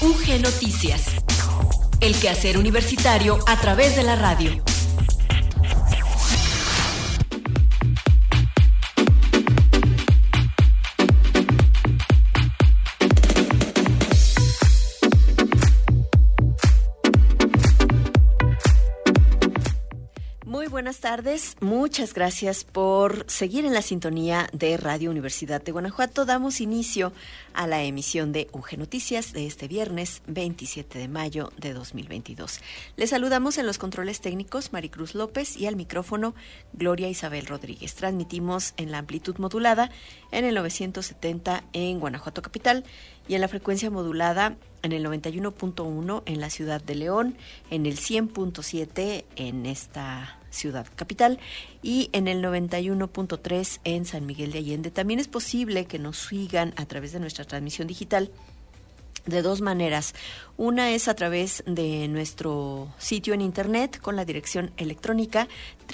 UG Noticias. El quehacer universitario a través de la radio. Buenas tardes, muchas gracias por seguir en la sintonía de Radio Universidad de Guanajuato. Damos inicio a la emisión de UG Noticias de este viernes 27 de mayo de 2022. Les saludamos en los controles técnicos Maricruz López y al micrófono Gloria Isabel Rodríguez. Transmitimos en la amplitud modulada en el 970 en Guanajuato Capital y en la frecuencia modulada en el 91.1 en la ciudad de León, en el 100.7 en esta ciudad capital y en el 91.3 en San Miguel de Allende. También es posible que nos sigan a través de nuestra transmisión digital de dos maneras. Una es a través de nuestro sitio en internet con la dirección electrónica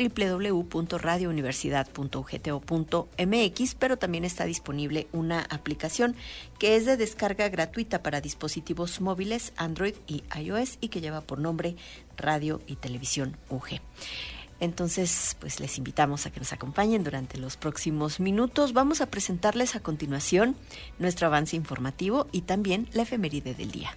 www.radiouniversidad.ugto.mx, pero también está disponible una aplicación que es de descarga gratuita para dispositivos móviles Android y iOS y que lleva por nombre Radio y Televisión UG. Entonces, pues les invitamos a que nos acompañen durante los próximos minutos. Vamos a presentarles a continuación nuestro avance informativo y también la efeméride del día.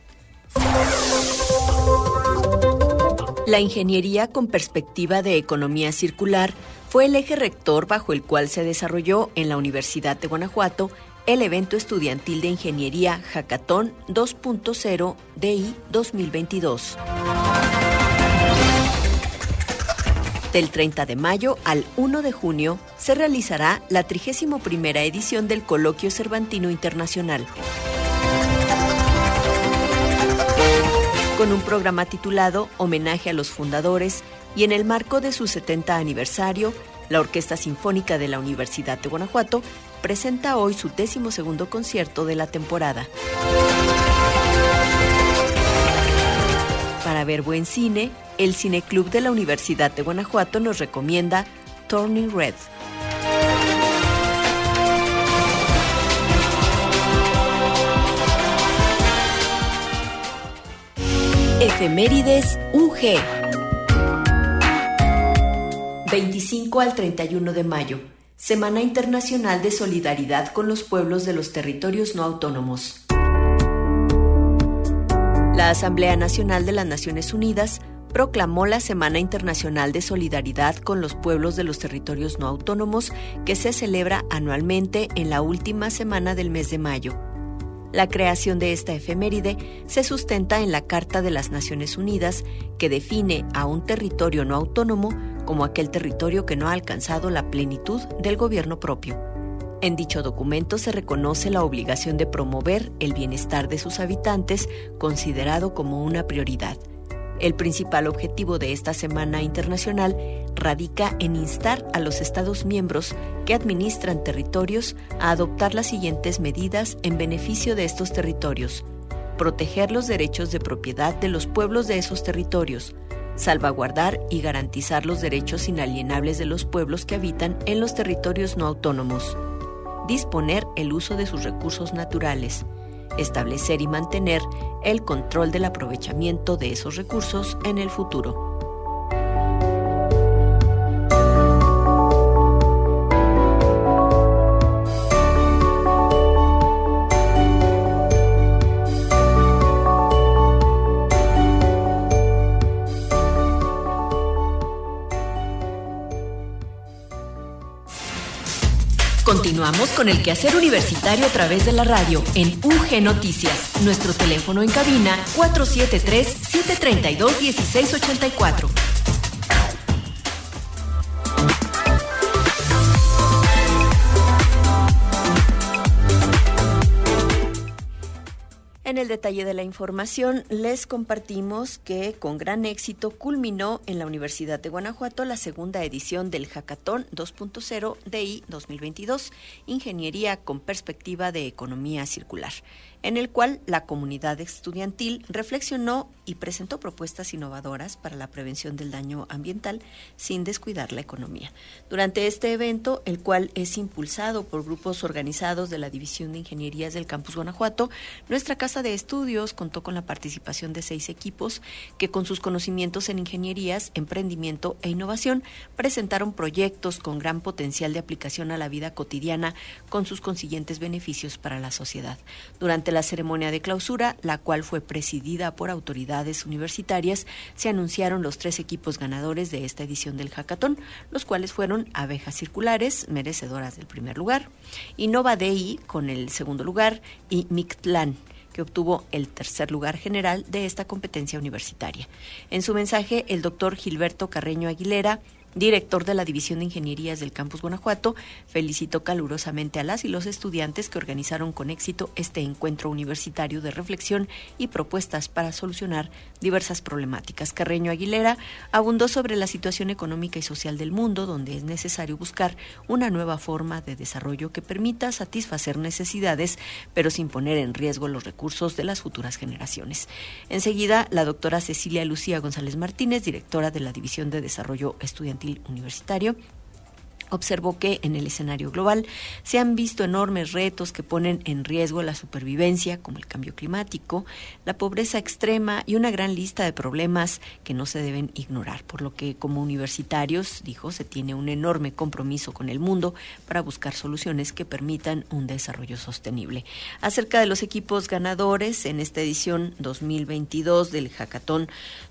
La ingeniería con perspectiva de economía circular fue el eje rector bajo el cual se desarrolló en la Universidad de Guanajuato el evento estudiantil de ingeniería Hackathon 2.0 DI 2022. Del 30 de mayo al 1 de junio se realizará la 31ª edición del Coloquio Cervantino Internacional. Con un programa titulado Homenaje a los Fundadores y en el marco de su 70 aniversario, la Orquesta Sinfónica de la Universidad de Guanajuato presenta hoy su 12º concierto de la temporada. Para ver buen cine, el Cineclub de la Universidad de Guanajuato nos recomienda Turning Red. Efemérides UG. 25 al 31 de mayo, Semana Internacional de Solidaridad con los Pueblos de los Territorios No Autónomos. La Asamblea Nacional de las Naciones Unidas proclamó la Semana Internacional de Solidaridad con los Pueblos de los Territorios No Autónomos, que se celebra anualmente en la última semana del mes de mayo. La creación de esta efeméride se sustenta en la Carta de las Naciones Unidas, que define a un territorio no autónomo como aquel territorio que no ha alcanzado la plenitud del gobierno propio. En dicho documento se reconoce la obligación de promover el bienestar de sus habitantes, considerado como una prioridad. El principal objetivo de esta Semana Internacional radica en instar a los Estados miembros que administran territorios a adoptar las siguientes medidas en beneficio de estos territorios: proteger los derechos de propiedad de los pueblos de esos territorios, salvaguardar y garantizar los derechos inalienables de los pueblos que habitan en los territorios no autónomos, disponer el uso de sus recursos naturales, establecer y mantener el control del aprovechamiento de esos recursos en el futuro. Continuamos con el quehacer universitario a través de la radio en UG Noticias. Nuestro teléfono en cabina 473-732-1684. En el detalle de la información, les compartimos que con gran éxito culminó en la Universidad de Guanajuato la segunda edición del Hackathon 2.0 DI 2022, Ingeniería con Perspectiva de Economía Circular, en el cual la comunidad estudiantil reflexionó y presentó propuestas innovadoras para la prevención del daño ambiental sin descuidar la economía. Durante este evento, el cual es impulsado por grupos organizados de la División de Ingenierías del Campus Guanajuato, nuestra casa casa de estudios contó con la participación de 6 equipos que, con sus conocimientos en ingenierías, emprendimiento e innovación, presentaron proyectos con gran potencial de aplicación a la vida cotidiana, con sus consiguientes beneficios para la sociedad. Durante la ceremonia de clausura, la cual fue presidida por autoridades universitarias, se anunciaron los 3 equipos ganadores de esta edición del Hackathon, los cuales fueron Abejas Circulares, merecedoras del primer lugar, Innova DI con el segundo lugar y Mictlán, que obtuvo el tercer lugar general de esta competencia universitaria. En su mensaje, el doctor Gilberto Carreño Aguilera, director de la División de Ingenierías del Campus Guanajuato, felicitó calurosamente a las y los estudiantes que organizaron con éxito este encuentro universitario de reflexión y propuestas para solucionar diversas problemáticas. Carreño Aguilera abundó sobre la situación económica y social del mundo, donde es necesario buscar una nueva forma de desarrollo que permita satisfacer necesidades, pero sin poner en riesgo los recursos de las futuras generaciones. Enseguida, la doctora Cecilia Lucía González Martínez, directora de la División de Desarrollo Estudiantil Universitario, observó que en el escenario global se han visto enormes retos que ponen en riesgo la supervivencia, como el cambio climático, la pobreza extrema y una gran lista de problemas que no se deben ignorar, por lo que como universitarios, dijo, se tiene un enorme compromiso con el mundo para buscar soluciones que permitan un desarrollo sostenible. Acerca de los equipos ganadores en esta edición 2022 del Hackathon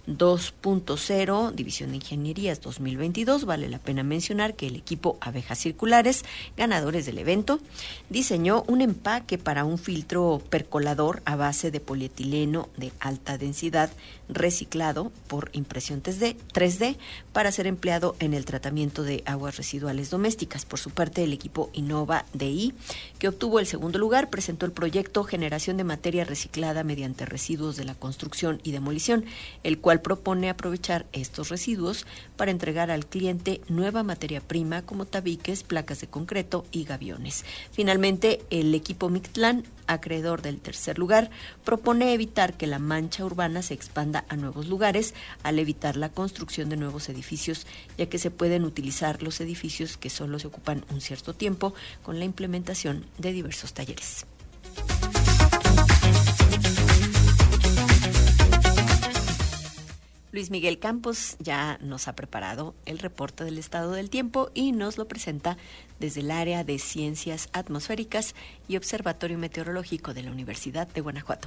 2.0, División de Ingenierías 2022, vale la pena mencionar que el equipo Abejas Circulares, ganadores del evento, diseñó un empaque para un filtro percolador a base de polietileno de alta densidad reciclado por impresión 3D para ser empleado en el tratamiento de aguas residuales domésticas. Por su parte, el equipo Innova DI, que obtuvo el segundo lugar, presentó el proyecto Generación de Materia Reciclada mediante Residuos de la Construcción y Demolición, el cual propone aprovechar estos residuos para entregar al cliente nueva materia prima como tabiques, placas de concreto y gaviones. Finalmente, el equipo Mictlán, acreedor del tercer lugar, propone evitar que la mancha urbana se expanda a nuevos lugares al evitar la construcción de nuevos edificios, ya que se pueden utilizar los edificios que solo se ocupan un cierto tiempo con la implementación de diversos talleres. Luis Miguel Campos ya nos ha preparado el reporte del estado del tiempo y nos lo presenta desde el área de Ciencias Atmosféricas y Observatorio Meteorológico de la Universidad de Guanajuato.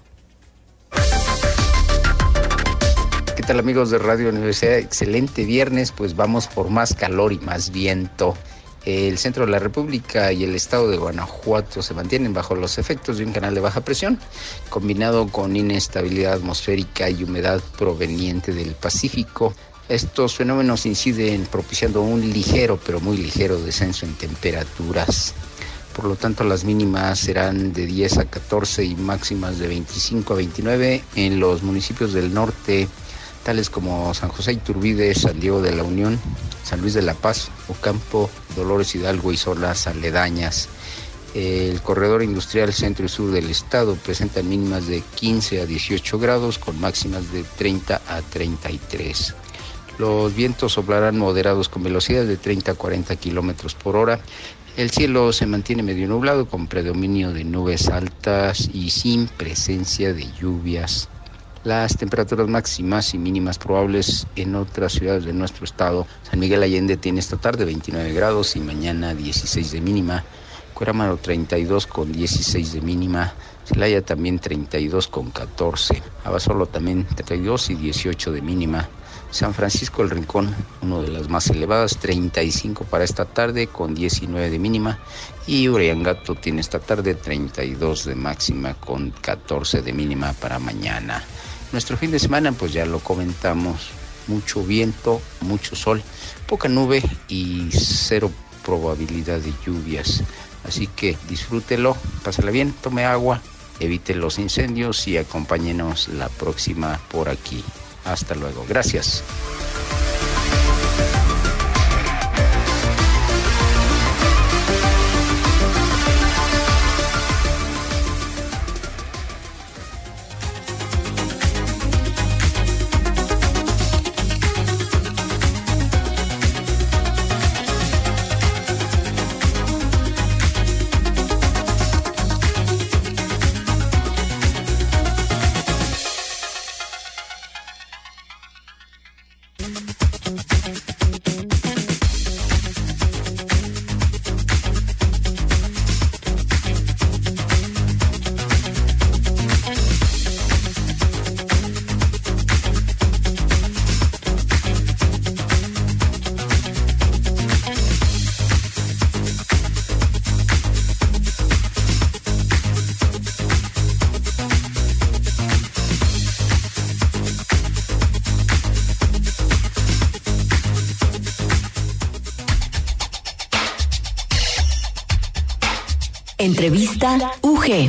¿Qué tal, amigos de Radio Universidad? Excelente viernes, pues vamos por más calor y más viento. El centro de la República y el estado de Guanajuato se mantienen bajo los efectos de un canal de baja presión, combinado con inestabilidad atmosférica y humedad proveniente del Pacífico. Estos fenómenos inciden propiciando un ligero, pero muy ligero descenso en temperaturas. Por lo tanto, las mínimas serán de 10 a 14 y máximas de 25 a 29 en los municipios del norte, tales como San José Iturbide, San Diego de la Unión, San Luis de la Paz, Ocampo, Dolores Hidalgo y zonas aledañas. El corredor industrial centro y sur del estado presenta mínimas de 15 a 18 grados con máximas de 30 a 33. Los vientos soplarán moderados con velocidades de 30 a 40 kilómetros por hora. El cielo se mantiene medio nublado con predominio de nubes altas y sin presencia de lluvias. Las temperaturas máximas y mínimas probables en otras ciudades de nuestro estado: San Miguel Allende tiene esta tarde 29 grados y mañana 16 de mínima, Cuerámaro 32 con 16 de mínima, Celaya también 32 con 14, Abasolo también 32 y 18 de mínima, San Francisco del Rincón, una de las más elevadas, 35 para esta tarde con 19 de mínima, y Uriangato tiene esta tarde 32 de máxima con 14 de mínima para mañana. Nuestro fin de semana, pues ya lo comentamos, mucho viento, mucho sol, poca nube y cero probabilidad de lluvias. Así que disfrútelo, pásala bien, tome agua, evite los incendios y acompáñenos la próxima por aquí. Hasta luego, gracias. Entrevista UG.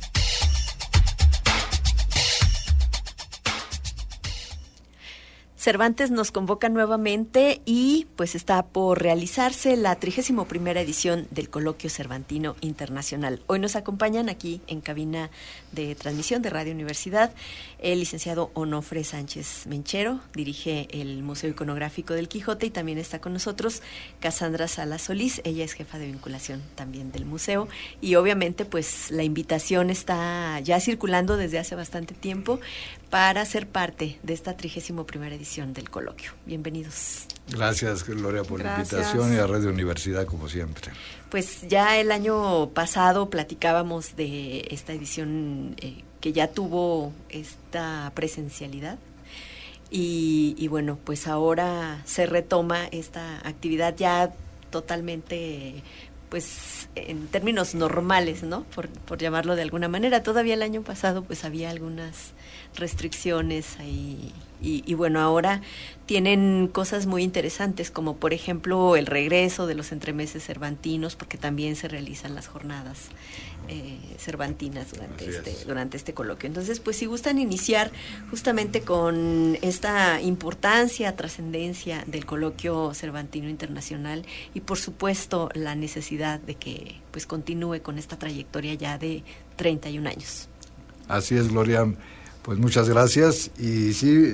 Cervantes nos convoca nuevamente y pues está por realizarse la 31ª edición del Coloquio Cervantino Internacional. Hoy nos acompañan aquí en cabina de transmisión de Radio Universidad el licenciado Onofre Sánchez Menchero, dirige el Museo Iconográfico del Quijote, y también está con nosotros Cassandra Salas Solís, ella es jefa de vinculación también del museo, y obviamente pues la invitación está ya circulando desde hace bastante tiempo para ser parte de esta 31ª edición del coloquio. Bienvenidos. Gracias, Gloria, por la invitación, y a Radio Universidad, como siempre. Pues ya el año pasado platicábamos de esta edición que ya tuvo esta presencialidad, y bueno, pues ahora se retoma esta actividad ya totalmente, pues en términos normales, ¿no? Por llamarlo de alguna manera. Todavía el año pasado pues había algunas restricciones ahí, y bueno, ahora tienen cosas muy interesantes, como por ejemplo el regreso de los entremeses cervantinos, porque también se realizan las jornadas cervantinas durante este coloquio. Entonces, pues si gustan iniciar justamente con esta importancia, trascendencia del Coloquio Cervantino Internacional, y por supuesto la necesidad de que pues continúe con esta trayectoria ya de 31 años. Así es, Gloria. Pues muchas gracias. Y sí,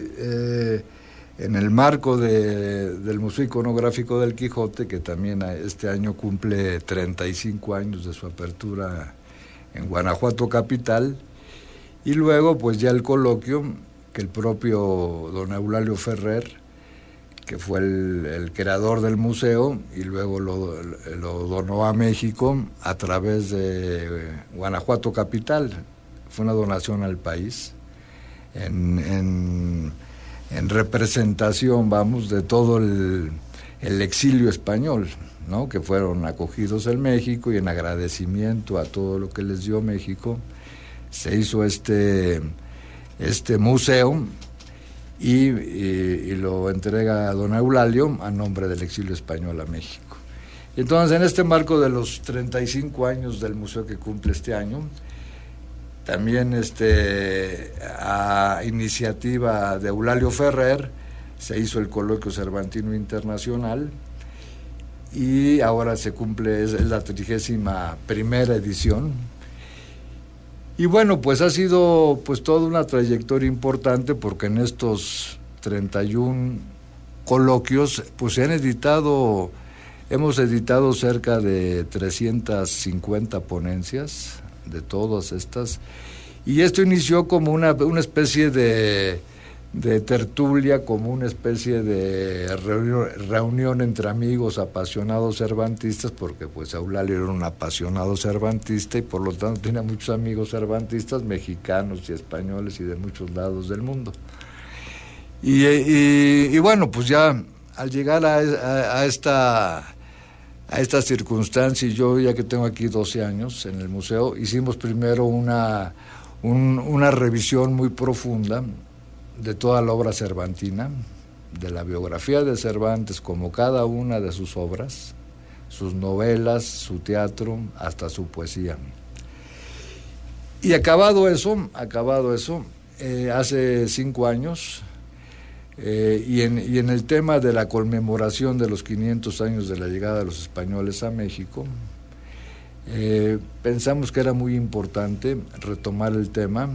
en el marco del Museo Iconográfico del Quijote, que también este año cumple 35 años de su apertura en Guanajuato capital, y luego pues ya el coloquio que el propio don Eulalio Ferrer, que fue el creador del museo, y luego lo donó a México a través de Guanajuato capital. Fue una donación al país en representación, vamos, de todo el exilio español, ¿no? Que fueron acogidos en México, y en agradecimiento a todo lo que les dio México se hizo este museo, y lo entrega a don Eulalio a nombre del exilio español a México. Entonces, en este marco de los 35 años del museo que cumple este año, también a iniciativa de Eulalio Ferrer se hizo el Coloquio Cervantino Internacional, y ahora se cumple, es la 31ª edición. Y bueno, pues ha sido pues toda una trayectoria importante, porque en estos 31 coloquios pues hemos editado cerca de 350 ponencias de todas estas, y esto inició como una especie de tertulia, como una especie de reunión entre amigos apasionados cervantistas, porque pues Eulalio era un apasionado cervantista, y por lo tanto tenía muchos amigos cervantistas, mexicanos y españoles y de muchos lados del mundo. Y bueno, pues ya al llegar a esta circunstancia, y yo ya que tengo aquí 12 años en el museo, hicimos primero una revisión muy profunda de toda la obra cervantina, de la biografía de Cervantes, como cada una de sus obras, sus novelas, su teatro, hasta su poesía. Y acabado eso, hace 5 años, y en el tema de la conmemoración de los 500 años de la llegada de los españoles a México, pensamos que era muy importante retomar el tema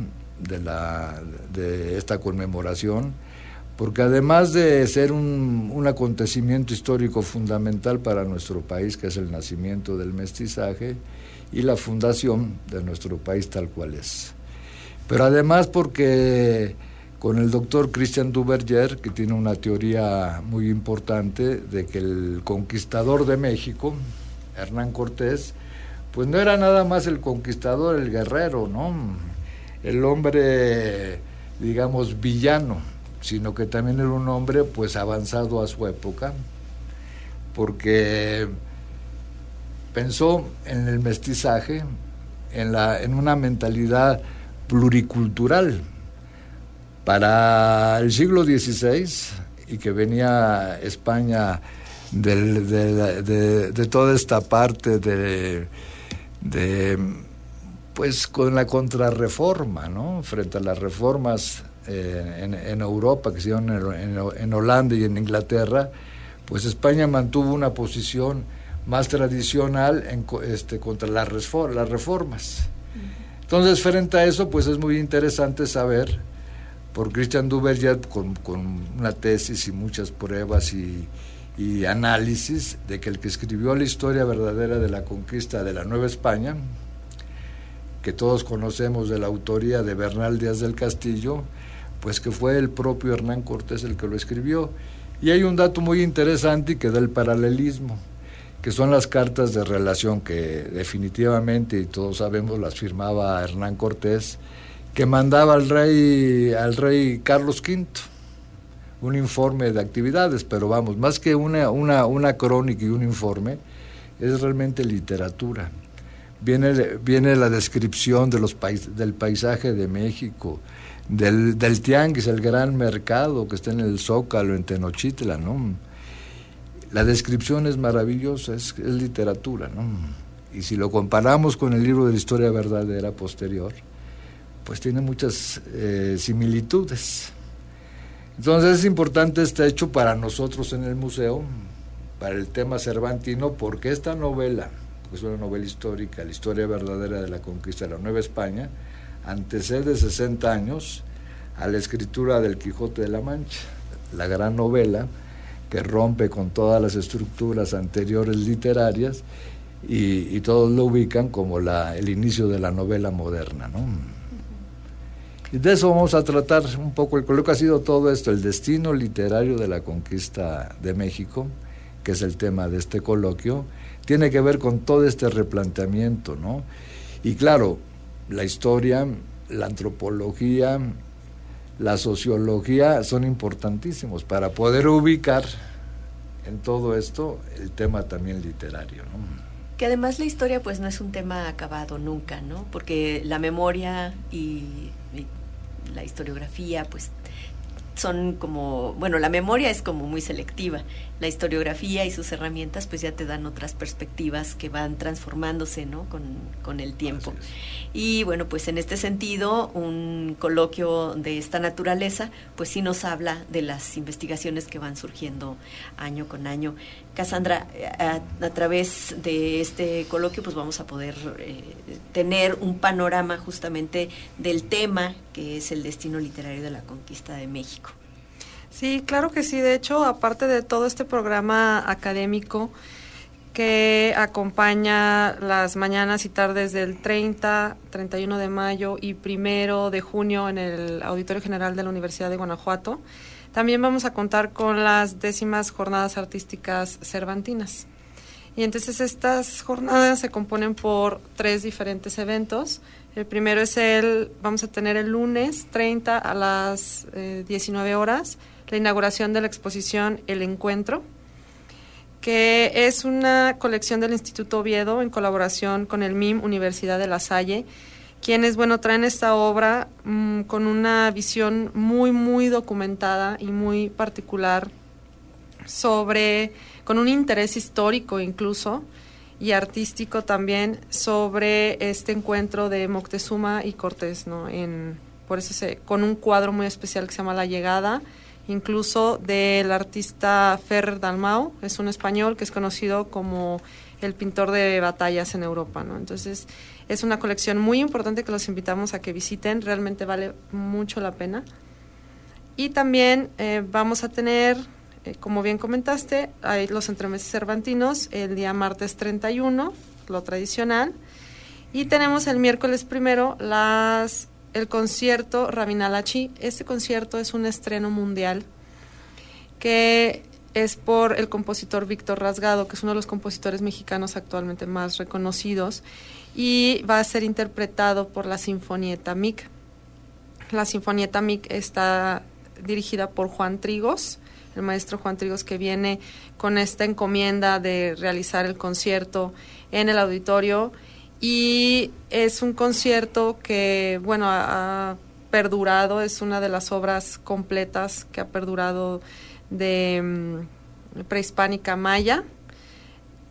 de esta conmemoración, porque además de ser un acontecimiento histórico fundamental para nuestro país, que es el nacimiento del mestizaje y la fundación de nuestro país tal cual es, pero además porque con el doctor Christian Duverger, que tiene una teoría muy importante de que el conquistador de México, Hernán Cortés, pues no era nada más el conquistador, el guerrero, ¿no?, el hombre, digamos, villano, sino que también era un hombre pues avanzado a su época, porque pensó en el mestizaje, en una mentalidad pluricultural. Para el siglo XVI, y que venía España de toda esta parte pues con la contrarreforma, ¿no? Frente a las reformas en Europa que se dieron en Holanda y en Inglaterra, pues España mantuvo una posición más tradicional contra las reformas. Entonces, frente a eso, pues es muy interesante saber, por Christian Duverger, con una tesis y muchas pruebas y análisis, de que el que escribió la historia verdadera de la conquista de la Nueva España, que todos conocemos de la autoría de Bernal Díaz del Castillo, pues que fue el propio Hernán Cortés el que lo escribió. Y hay un dato muy interesante que da el paralelismo, que son las cartas de relación que definitivamente, y todos sabemos, las firmaba Hernán Cortés, que mandaba al rey Carlos V, un informe de actividades, pero vamos, más que una crónica y un informe, es realmente literatura. Viene la descripción de del paisaje de México, del tianguis, el gran mercado que está en el Zócalo, en Tenochtitlan, ¿no? La descripción es maravillosa, es literatura, ¿no? Y si lo comparamos con el libro de la historia verdadera posterior, pues tiene muchas similitudes. Entonces es importante este hecho para nosotros en el museo, para el tema cervantino, porque esta novela, que es una novela histórica, la historia verdadera de la conquista de la Nueva España, antecede 60 años a la escritura del Quijote de la Mancha, la gran novela que rompe con todas las estructuras anteriores literarias y todos lo ubican como el inicio de la novela moderna, ¿no? Y de eso vamos a tratar un poco. El coloquio ha sido todo esto, el destino literario de la conquista de México, que es el tema de este coloquio, tiene que ver con todo este replanteamiento, ¿no? Y claro, la historia, la antropología, la sociología son importantísimos para poder ubicar en todo esto el tema también literario, ¿no? Que además la historia pues no es un tema acabado nunca, ¿no? Porque la memoria y la historiografía pues son como, bueno, la memoria es como muy selectiva, la historiografía y sus herramientas pues ya te dan otras perspectivas que van transformándose, ¿no? con el tiempo. Y bueno, pues en este sentido, un coloquio de esta naturaleza pues sí nos habla de las investigaciones que van surgiendo año con año. Cassandra, a través de este coloquio pues vamos a poder tener un panorama justamente del tema que es el destino literario de la conquista de México. Sí, claro que sí. De hecho, aparte de todo este programa académico que acompaña las mañanas y tardes del 30, 31 de mayo y 1 de junio en el Auditorio General de la Universidad de Guanajuato, también vamos a contar con las 10º Jornadas Artísticas Cervantinas. Y entonces estas jornadas se componen por 3 diferentes eventos. El primero es vamos a tener el lunes 30 a las 19 horas, la inauguración de la exposición El Encuentro, que es una colección del Instituto Oviedo en colaboración con el MIM Universidad de La Salle, quienes, traen esta obra con una visión muy, muy documentada y muy particular con un interés histórico incluso, y artístico también, sobre este encuentro de Moctezuma y Cortés, ¿no? Por eso con un cuadro muy especial que se llama La Llegada, incluso del artista Ferrer Dalmau, es un español que es conocido como el pintor de batallas en Europa, ¿no? Entonces, es una colección muy importante que los invitamos a que visiten, realmente vale mucho la pena. Y también vamos a tener, como bien comentaste, hay los entremeses cervantinos el día martes 31, lo tradicional, y tenemos el miércoles 1 el concierto Rabinalachi. Este concierto es un estreno mundial que es por el compositor Víctor Rasgado, que es uno de los compositores mexicanos actualmente más reconocidos, y va a ser interpretado por la Sinfonietta MIC. La Sinfonietta MIC está dirigida por Juan Trigos, el maestro Juan Trigos, que viene con esta encomienda de realizar el concierto en el auditorio, y es un concierto que, ha perdurado, es una de las obras completas que ha perdurado de prehispánica maya.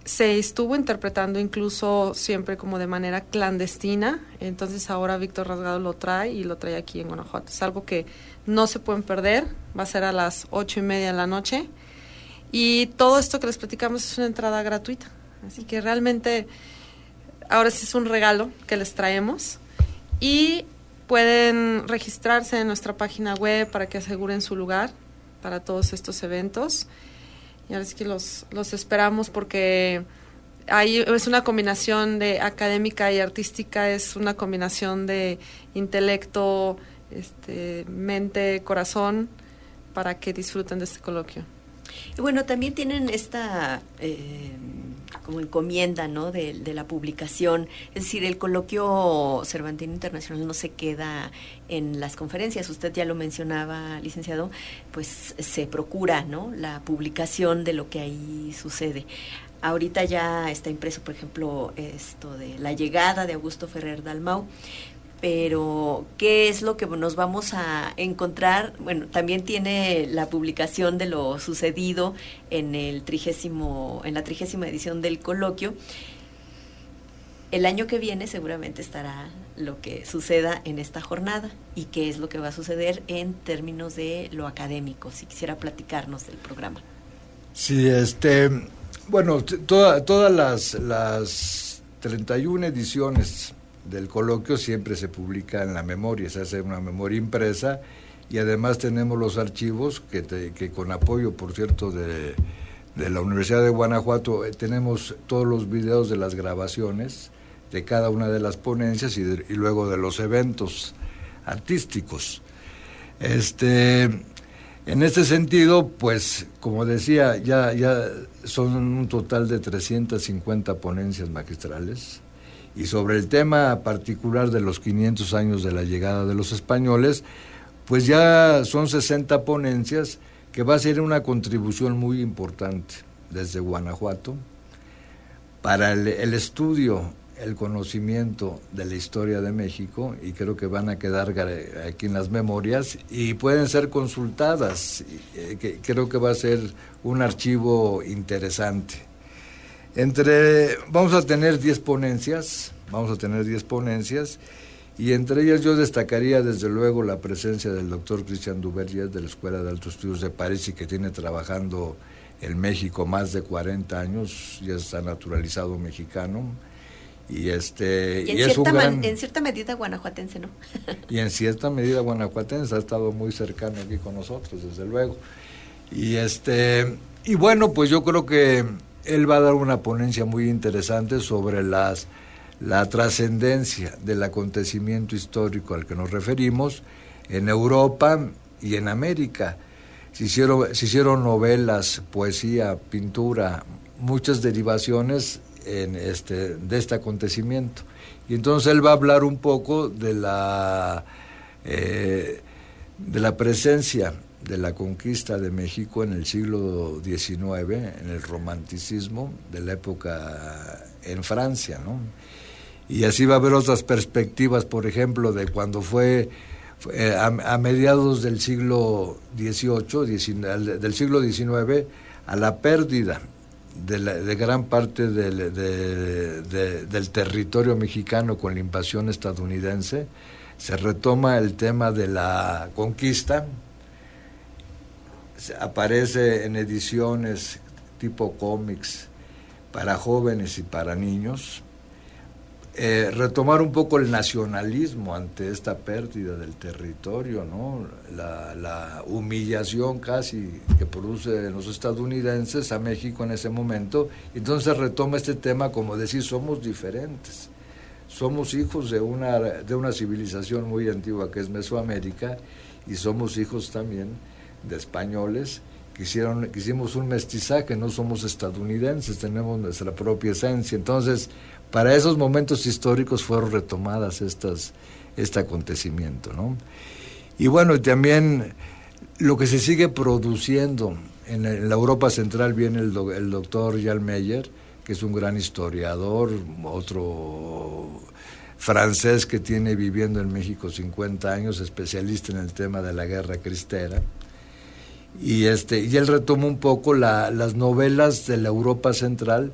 se estuvo interpretando incluso siempre como de manera clandestina, entonces ahora Víctor Rasgado lo trae y lo trae aquí en Guanajuato. Es algo que no se pueden perder, va a ser a las 8:30 de la noche y todo esto que les platicamos es una entrada gratuita, así que realmente ahora sí es un regalo que les traemos y pueden registrarse en nuestra página web para que aseguren su lugar para todos estos eventos. Y ahora sí que los esperamos porque ahí es una combinación de académica y artística, es una combinación de intelecto, mente, corazón, para que disfruten de este coloquio. Y bueno, también tienen esta como encomienda, ¿no?, de la publicación. Es decir, el coloquio Cervantino Internacional no se queda en las conferencias. Usted ya lo mencionaba, licenciado, pues se procura, ¿no?, la publicación de lo que ahí sucede. Ahorita ya está impreso, por ejemplo, esto de la llegada de Augusto Ferrer Dalmau. Pero, ¿qué es lo que nos vamos a encontrar? Bueno, también tiene la publicación de lo sucedido en la 30ª edición del coloquio. El año que viene seguramente estará lo que suceda en esta jornada y qué es lo que va a suceder en términos de lo académico. Si quisiera platicarnos del programa. Sí, bueno, todas las 31 ediciones del coloquio siempre se publica en la memoria, se hace una memoria impresa y además tenemos los archivos que con apoyo, por cierto, de la Universidad de Guanajuato, tenemos todos los videos de las grabaciones de cada una de las ponencias y luego de los eventos artísticos. En este sentido, pues, como decía, ya son un total de 350 ponencias magistrales. Y sobre el tema particular de los 500 años de la llegada de los españoles, pues ya son 60 ponencias que va a ser una contribución muy importante desde Guanajuato para el estudio, el conocimiento de la historia de México, y creo que van a quedar aquí en las memorias y pueden ser consultadas. Creo que va a ser un archivo interesante. Vamos a tener 10 ponencias, y entre ellas yo destacaría desde luego la presencia del doctor Christian Duverger de la Escuela de Altos Estudios de París, y que tiene trabajando en México más de 40 años, ya está naturalizado mexicano, y en cierta medida guanajuatense, ¿no? Y en cierta medida guanajuatense, ha estado muy cercano aquí con nosotros, desde luego. Y bueno, pues yo creo que él va a dar una ponencia muy interesante sobre la trascendencia del acontecimiento histórico al que nos referimos en Europa y en América. Se hicieron novelas, poesía, pintura, muchas derivaciones de este acontecimiento. Y entonces él va a hablar un poco de la presencia de la conquista de México en el siglo XIX, en el romanticismo de la época en Francia, ¿no? Y así va a haber otras perspectivas, por ejemplo, de cuando fue a mediados del siglo XVIII, del siglo XIX, a la pérdida de gran parte del territorio mexicano con la invasión estadounidense. Se retoma el tema de la conquista, aparece en ediciones tipo cómics para jóvenes y para niños. Retomar un poco el nacionalismo ante esta pérdida del territorio, ¿no? La humillación casi que producen los estadounidenses a México en ese momento. Entonces retoma este tema como decir, somos diferentes, somos hijos de una civilización muy antigua que es Mesoamérica, y somos hijos también de españoles que hicimos un mestizaje, no somos estadounidenses, tenemos nuestra propia esencia. Entonces, para esos momentos históricos fueron retomadas este acontecimiento, ¿no? Y bueno, y también lo que se sigue produciendo en la Europa Central. Viene el doctor Jan Meyer, que es un gran historiador, otro francés que tiene viviendo en México 50 años, especialista en el tema de la guerra cristera. Y él retoma un poco las novelas de la Europa Central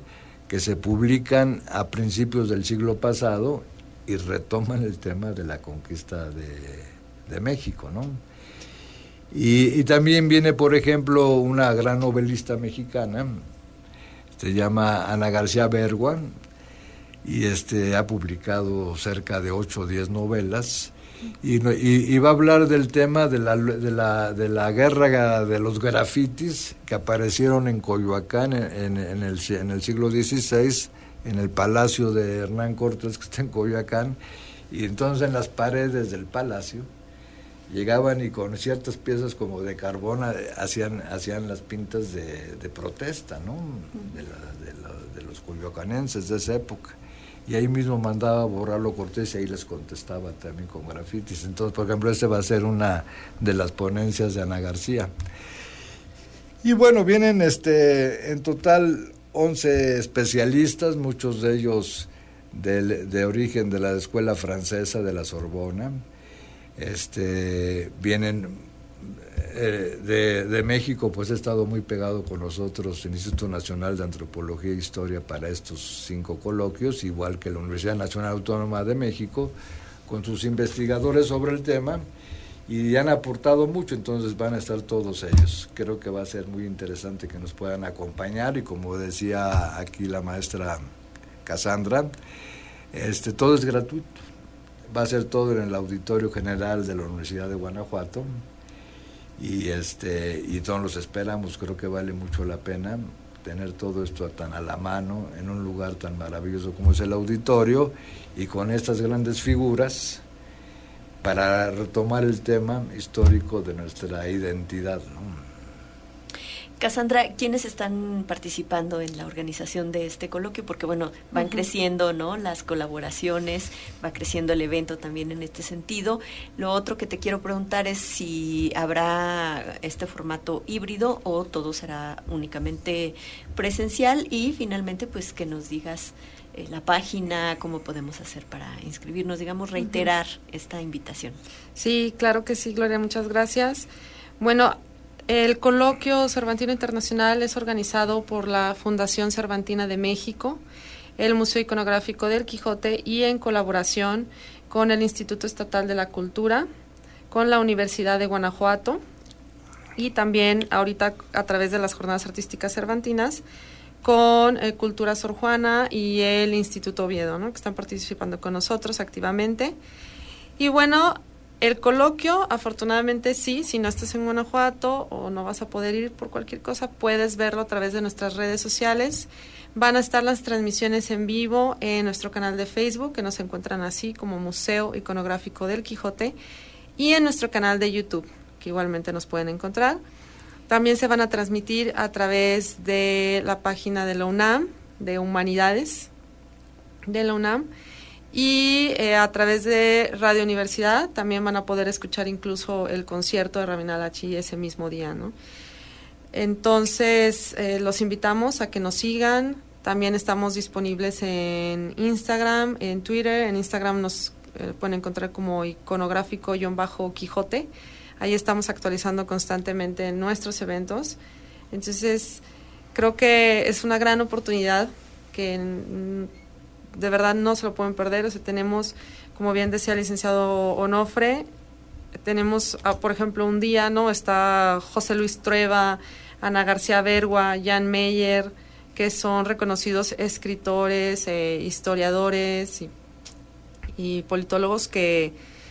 que se publican a principios del siglo pasado y retoman el tema de la conquista de México, ¿no? Y también viene, por ejemplo, una gran novelista mexicana, se llama Ana García Bergua, y ha publicado cerca de 8 o 10 novelas, y va a hablar del tema de la guerra de los grafitis que aparecieron en Coyoacán en el siglo XVI, en el palacio de Hernán Cortés, que está en Coyoacán, y entonces en las paredes del palacio llegaban y con ciertas piezas como de carbón hacían las pintas de protesta, ¿no? De los coyoacanenses de esa época. Y ahí mismo mandaba borrarlo Cortés y ahí les contestaba también con grafitis. Entonces, por ejemplo, va a ser una de las ponencias de Ana García. Y bueno, vienen en total 11 especialistas, muchos de ellos de origen de la escuela francesa de la Sorbona. Vienen de México, pues he estado muy pegado con nosotros el Instituto Nacional de Antropología e Historia para estos 5 coloquios, igual que la Universidad Nacional Autónoma de México, con sus investigadores sobre el tema, y han aportado mucho, entonces van a estar todos ellos. Creo que va a ser muy interesante que nos puedan acompañar, y como decía aquí la maestra Cassandra, todo es gratuito. Va a ser todo en el Auditorio General de la Universidad de Guanajuato, y todos los esperamos. Creo que vale mucho la pena tener todo esto tan a la mano en un lugar tan maravilloso como es el auditorio, y con estas grandes figuras para retomar el tema histórico de nuestra identidad, ¿no? Cassandra, ¿quiénes están participando en la organización de este coloquio? Porque, bueno, van creciendo, ¿no?, las colaboraciones, va creciendo el evento también en este sentido. Lo otro que te quiero preguntar es si habrá este formato híbrido o todo será únicamente presencial, y finalmente, pues, que nos digas la página, cómo podemos hacer para inscribirnos, digamos, reiterar esta invitación. Sí, claro que sí, Gloria, muchas gracias. Bueno, el Coloquio Cervantino Internacional es organizado por la Fundación Cervantina de México, el Museo Iconográfico del Quijote, y en colaboración con el Instituto Estatal de la Cultura, con la Universidad de Guanajuato, y también ahorita a través de las Jornadas Artísticas Cervantinas, con Cultura Sor Juana y el Instituto Oviedo, ¿no?, que están participando con nosotros activamente. Y bueno, el coloquio, afortunadamente sí, si no estás en Guanajuato o no vas a poder ir por cualquier cosa, puedes verlo a través de nuestras redes sociales. Van a estar las transmisiones en vivo en nuestro canal de Facebook, que nos encuentran así como Museo Iconográfico del Quijote, y en nuestro canal de YouTube, que igualmente nos pueden encontrar. También se van a transmitir a través de la página de la UNAM, de Humanidades de la UNAM, y a través de Radio Universidad también van a poder escuchar incluso el concierto de Rabinal Achí ese mismo día, ¿no? Entonces, los invitamos a que nos sigan. También estamos disponibles en Instagram, en Twitter. En Instagram nos pueden encontrar como iconográfico-Quijote. Ahí estamos actualizando constantemente nuestros eventos. Entonces, creo que es una gran oportunidad que de verdad no se lo pueden perder. O sea, tenemos, como bien decía el licenciado Onofre, tenemos, por ejemplo, un día, ¿no?, está José Luis Trueba, Ana García Bergua, Jan Meyer, que son reconocidos escritores, historiadores y politólogos que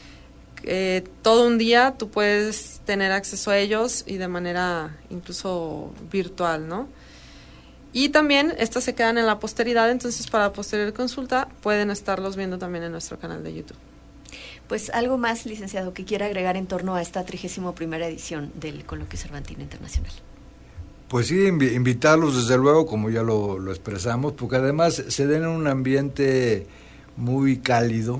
todo un día tú puedes tener acceso a ellos, y de manera incluso virtual, ¿no? Y también estas se quedan en la posteridad, entonces para posterior consulta pueden estarlos viendo también en nuestro canal de YouTube. Pues algo más, licenciado, que quiera agregar en torno a esta 31ª edición del Coloquio Cervantino Internacional. Pues sí, invitarlos desde luego, como ya lo expresamos, porque además se den en un ambiente muy cálido,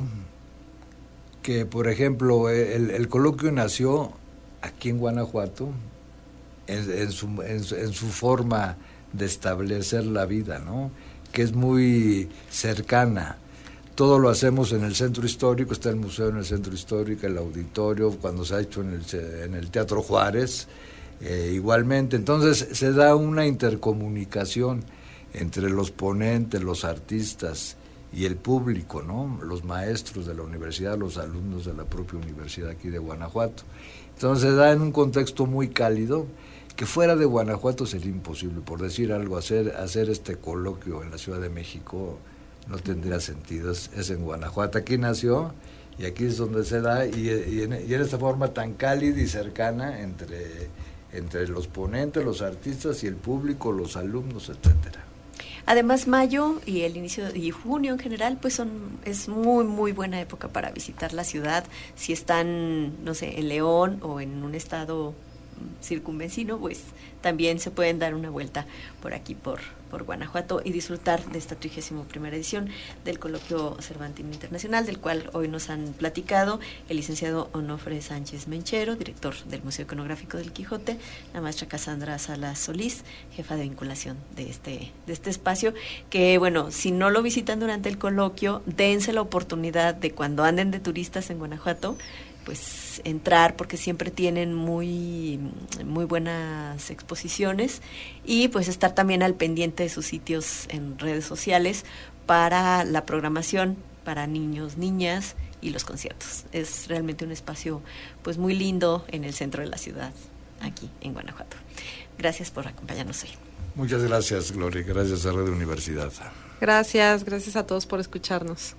que por ejemplo el coloquio nació aquí en Guanajuato en su forma de establecer la vida, ¿no?, que es muy cercana. Todo lo hacemos en el centro histórico, está el museo en el centro histórico, el auditorio, cuando se ha hecho en el Teatro Juárez, igualmente. Entonces se da una intercomunicación entre los ponentes, los artistas y el público, ¿no? Los maestros de la universidad, los alumnos de la propia universidad aquí de Guanajuato. Entonces se da en un contexto muy cálido, que fuera de Guanajuato sería imposible, por decir algo, hacer este coloquio en la Ciudad de México no tendría sentido, es en Guanajuato, aquí nació y aquí es donde se da, y en esta forma tan cálida y cercana entre los ponentes, los artistas y el público, los alumnos, etcétera. Además, mayo y el inicio y junio en general, pues es muy, muy buena época para visitar la ciudad. Si están, no sé, en León o en un estado circunvecino, pues también se pueden dar una vuelta por aquí, por Guanajuato, y disfrutar de esta 31ª edición del Coloquio Cervantino Internacional, del cual hoy nos han platicado el licenciado Onofre Sánchez Menchero, director del Museo Iconográfico del Quijote, la maestra Cassandra Salas Solís, jefa de vinculación de este espacio, que bueno, si no lo visitan durante el coloquio, dense la oportunidad de, cuando anden de turistas en Guanajuato, pues entrar, porque siempre tienen muy, muy buenas exposiciones, y pues estar también al pendiente de sus sitios en redes sociales para la programación para niños, niñas y los conciertos. Es realmente un espacio pues muy lindo en el centro de la ciudad, aquí en Guanajuato. Gracias por acompañarnos hoy. Muchas gracias, Gloria, gracias a Radio Universidad. Gracias a todos por escucharnos.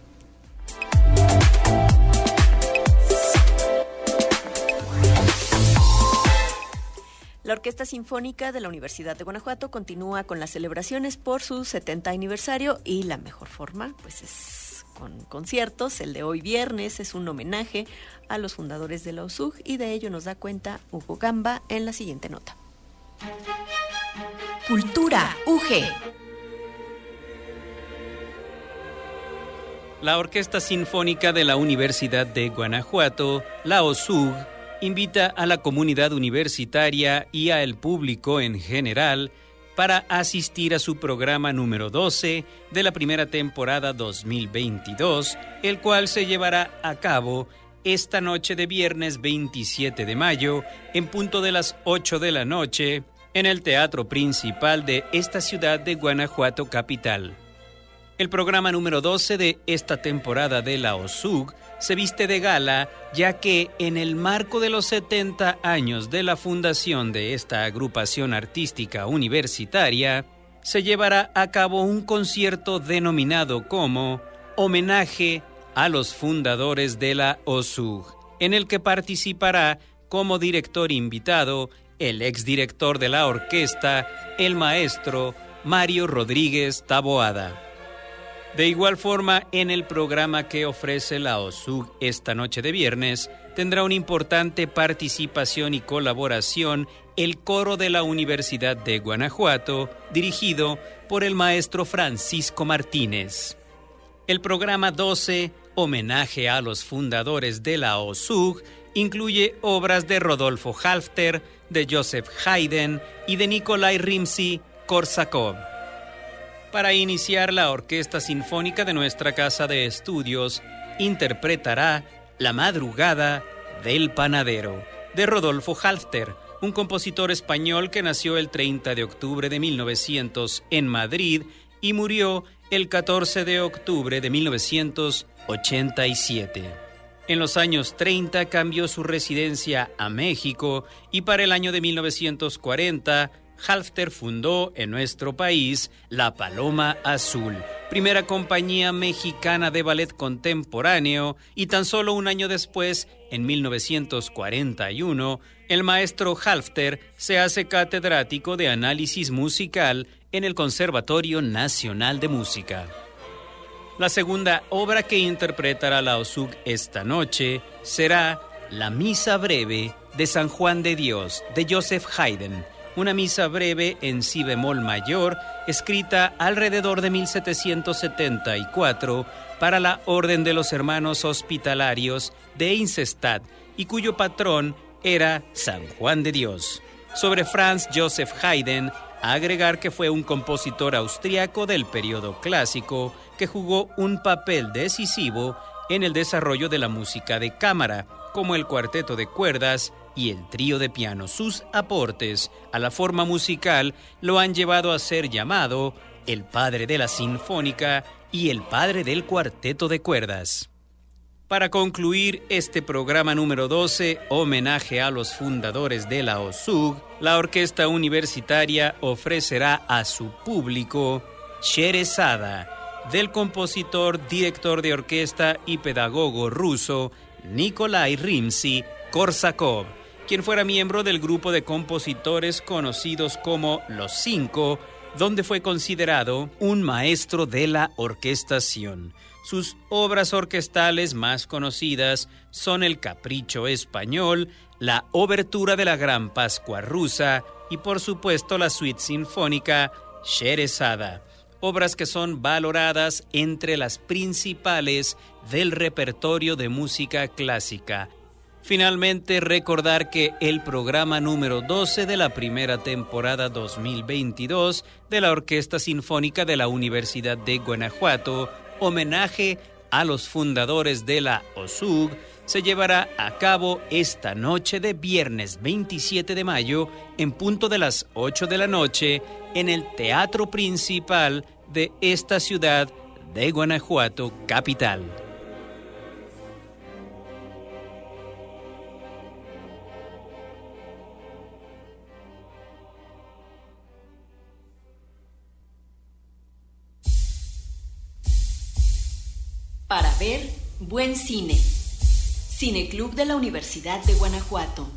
La Orquesta Sinfónica de la Universidad de Guanajuato continúa con las celebraciones por su 70 aniversario, y la mejor forma pues es con conciertos. El de hoy viernes es un homenaje a los fundadores de la OSUG, y de ello nos da cuenta Hugo Gamba en la siguiente nota. Cultura UG. La Orquesta Sinfónica de la Universidad de Guanajuato, la OSUG, invita a la comunidad universitaria y al público en general para asistir a su programa número 12 de la primera temporada 2022, el cual se llevará a cabo esta noche de viernes 27 de mayo, en punto de las 8 de la noche, en el Teatro Principal de esta ciudad de Guanajuato capital. El programa número 12 de esta temporada de la OSUG se viste de gala, ya que en el marco de los 70 años de la fundación de esta agrupación artística universitaria, se llevará a cabo un concierto denominado como Homenaje a los fundadores de la OSUG, en el que participará como director invitado el exdirector de la orquesta, el maestro Mario Rodríguez Taboada. De igual forma, en el programa que ofrece la OSUG esta noche de viernes, tendrá una importante participación y colaboración el coro de la Universidad de Guanajuato, dirigido por el maestro Francisco Martínez. El programa 12, Homenaje a los fundadores de la OSUG, incluye obras de Rodolfo Halfter, de Joseph Haydn y de Nikolai Rimsky-Korsakov. Para iniciar, la Orquesta Sinfónica de nuestra Casa de Estudios interpretará La Madrugada del Panadero, de Rodolfo Halfter, un compositor español que nació el 30 de octubre de 1900 en Madrid y murió el 14 de octubre de 1987. En los años 30 cambió su residencia a México, y para el año de 1940 Halfter fundó en nuestro país La Paloma Azul, primera compañía mexicana de ballet contemporáneo, y tan solo un año después, en 1941, el maestro Halfter se hace catedrático de análisis musical en el Conservatorio Nacional de Música. La segunda obra que interpretará la OSUG esta noche será La Misa Breve de San Juan de Dios, de Joseph Haydn, una misa breve en si bemol mayor, escrita alrededor de 1774 para la Orden de los Hermanos Hospitalarios de Eisenstadt, y cuyo patrón era San Juan de Dios. Sobre Franz Joseph Haydn, agregar que fue un compositor austriaco del periodo clásico que jugó un papel decisivo en el desarrollo de la música de cámara, como el cuarteto de cuerdas y el trío de piano. Sus aportes a la forma musical lo han llevado a ser llamado el padre de la Sinfónica y el padre del Cuarteto de Cuerdas. Para concluir este programa número 12, homenaje a los fundadores de la OSUG, la Orquesta Universitaria ofrecerá a su público Sherezada, del compositor, director de orquesta y pedagogo ruso Nikolai Rimsky-Korsakov, quien fuera miembro del grupo de compositores conocidos como Los Cinco, donde fue considerado un maestro de la orquestación. Sus obras orquestales más conocidas son El Capricho Español, la Obertura de la Gran Pascua Rusa y, por supuesto, la Suite Sinfónica Sherezada, obras que son valoradas entre las principales del repertorio de música clásica. Finalmente, recordar que el programa número 12 de la primera temporada 2022 de la Orquesta Sinfónica de la Universidad de Guanajuato, homenaje a los fundadores de la OSUG, se llevará a cabo esta noche de viernes 27 de mayo en punto de las 8 de la noche en el Teatro Principal de esta ciudad de Guanajuato, capital. Para ver buen cine. Cineclub de la Universidad de Guanajuato.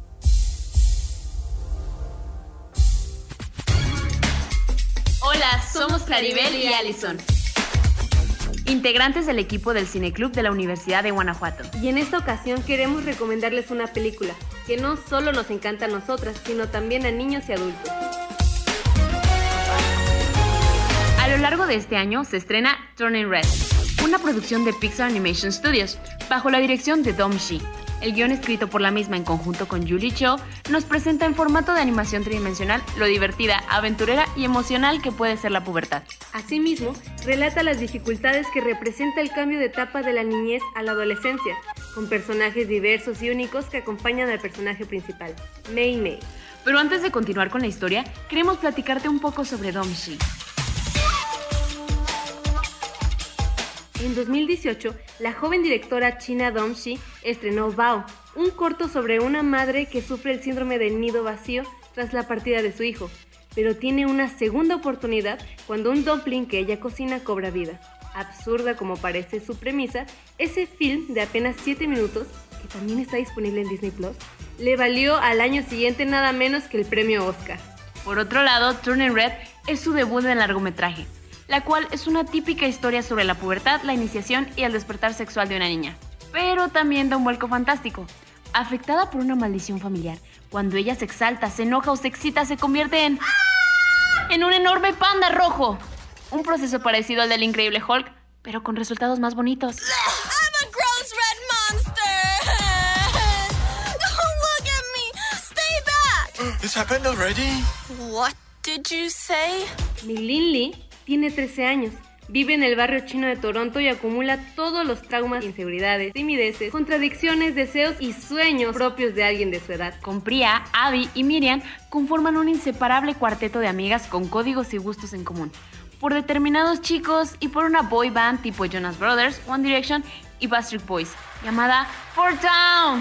Hola, somos Claribel y Allison, integrantes del equipo del Cineclub de la Universidad de Guanajuato. Y en esta ocasión queremos recomendarles una película que no solo nos encanta a nosotras, sino también a niños y adultos. A lo largo de este año se estrena Turning Red, una producción de Pixar Animation Studios, bajo la dirección de Dom Shi. El guión, escrito por la misma en conjunto con Julie Cho, nos presenta en formato de animación tridimensional lo divertida, aventurera y emocional que puede ser la pubertad. Asimismo, relata las dificultades que representa el cambio de etapa de la niñez a la adolescencia, con personajes diversos y únicos que acompañan al personaje principal, Mei Mei. Pero antes de continuar con la historia, queremos platicarte un poco sobre Dom Shi. En 2018, la joven directora china Dom Shi estrenó Bao, un corto sobre una madre que sufre el síndrome del nido vacío tras la partida de su hijo, pero tiene una segunda oportunidad cuando un dumpling que ella cocina cobra vida. Absurda como parece su premisa, ese film de apenas 7 minutos, que también está disponible en Disney Plus, le valió al año siguiente nada menos que el premio Oscar. Por otro lado, Turning Red es su debut en largometraje, la cual es una típica historia sobre la pubertad, la iniciación y el despertar sexual de una niña. Pero también da un vuelco fantástico. Afectada por una maldición familiar, cuando ella se exalta, se enoja o se excita, se convierte en un enorme panda rojo. Un proceso parecido al del Increíble Hulk, pero con resultados más bonitos. I'm a gross red monster! Don't look at me! Stay back! This happened already? What did you say? Mi Lin Li tiene 13 años, vive en el barrio chino de Toronto y acumula todos los traumas, inseguridades, timideces, contradicciones, deseos y sueños propios de alguien de su edad. Con Priya, Abby y Miriam conforman un inseparable cuarteto de amigas con códigos y gustos en común, por determinados chicos y por una boy band tipo Jonas Brothers, One Direction y Backstreet Boys, llamada Four Town.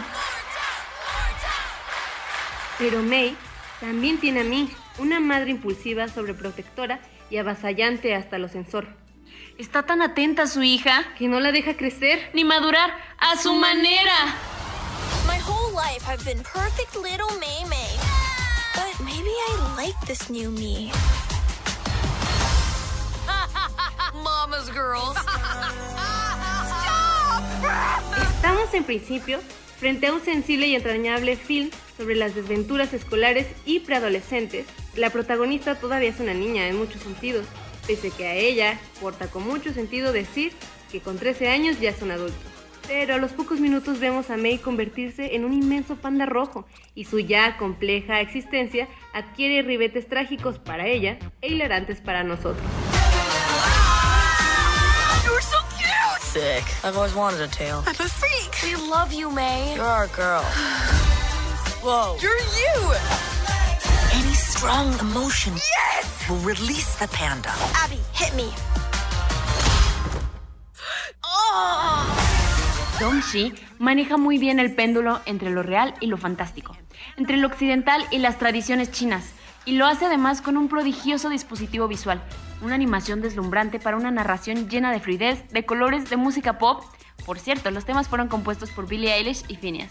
Pero Mei también tiene a Ming, una madre impulsiva, sobreprotectora y avasallante hasta lo censor. Está tan atenta a su hija que no la deja crecer ni madurar a su manera. My whole life I've been perfect little Mei Mei. But maybe I like this new me. Mama's girls. Estamos en principio frente a un sensible y entrañable film sobre las desventuras escolares y preadolescentes. La protagonista todavía es una niña en muchos sentidos, pese que a ella porta con mucho sentido decir que con 13 años ya es un adulto. Pero a los pocos minutos vemos a Mei convertirse en un inmenso panda rojo y su ya compleja existencia adquiere ribetes trágicos para ella e hilarantes para nosotros. You're so cute! Sick. I've always wanted a tail. I'm a freak! We love you, Mei. You're our girl. Whoa. You're you! Any strong emotion. Yes! will release the panda. Abby, hit me. Dong Shi maneja muy bien el péndulo entre lo real y lo fantástico, entre lo occidental y las tradiciones chinas, y lo hace además con un prodigioso dispositivo visual, una animación deslumbrante para una narración llena de fluidez, de colores, de música pop. Por cierto, los temas fueron compuestos por Billie Eilish y Phineas.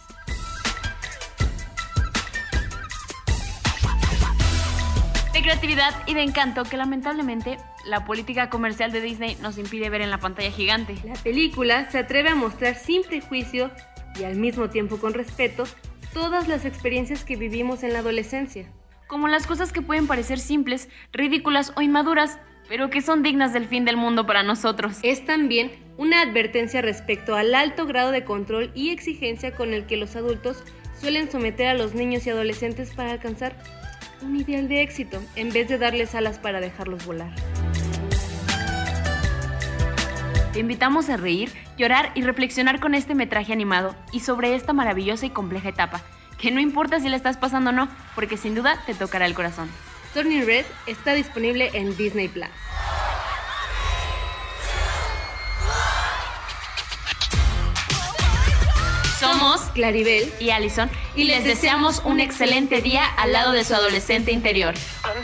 De creatividad y de encanto que lamentablemente la política comercial de Disney nos impide ver en la pantalla gigante. La película se atreve a mostrar sin prejuicio y al mismo tiempo con respeto todas las experiencias que vivimos en la adolescencia. Como las cosas que pueden parecer simples, ridículas o inmaduras, pero que son dignas del fin del mundo para nosotros. Es también una advertencia respecto al alto grado de control y exigencia con el que los adultos suelen someter a los niños y adolescentes para alcanzar un ideal de éxito, en vez de darles alas para dejarlos volar. Te invitamos a reír, llorar y reflexionar con este metraje animado y sobre esta maravillosa y compleja etapa, que no importa si la estás pasando o no, porque sin duda te tocará el corazón. Turning Red está disponible en Disney Plus. Somos Claribel y Allison y les deseamos un excelente día al lado de su adolescente interior.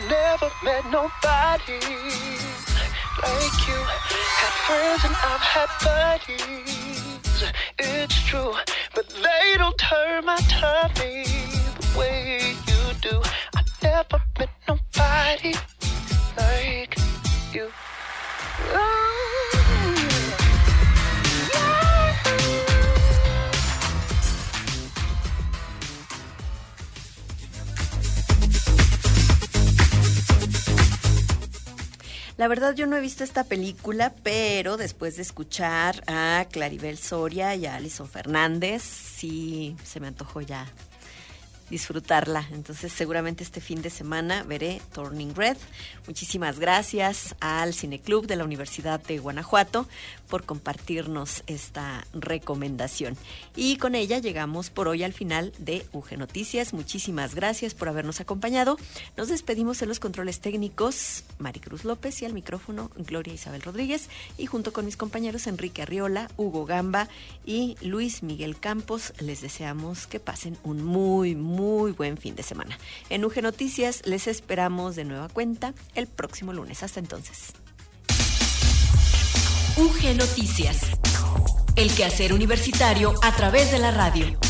La verdad yo no he visto esta película, pero después de escuchar a Claribel Soria y a Allison Fernández, sí se me antojó ya disfrutarla. Entonces seguramente este fin de semana veré Turning Red. Muchísimas gracias al Cineclub de la Universidad de Guanajuato por compartirnos esta recomendación. Y con ella llegamos por hoy al final de UG Noticias. Muchísimas gracias por habernos acompañado. Nos despedimos en los controles técnicos, Maricruz López, y al micrófono Gloria Isabel Rodríguez, y junto con mis compañeros Enrique Arriola, Hugo Gamba y Luis Miguel Campos, les deseamos que pasen un muy buen fin de semana. En UG Noticias les esperamos de nueva cuenta el próximo lunes. Hasta entonces. UG Noticias. El quehacer universitario a través de la radio.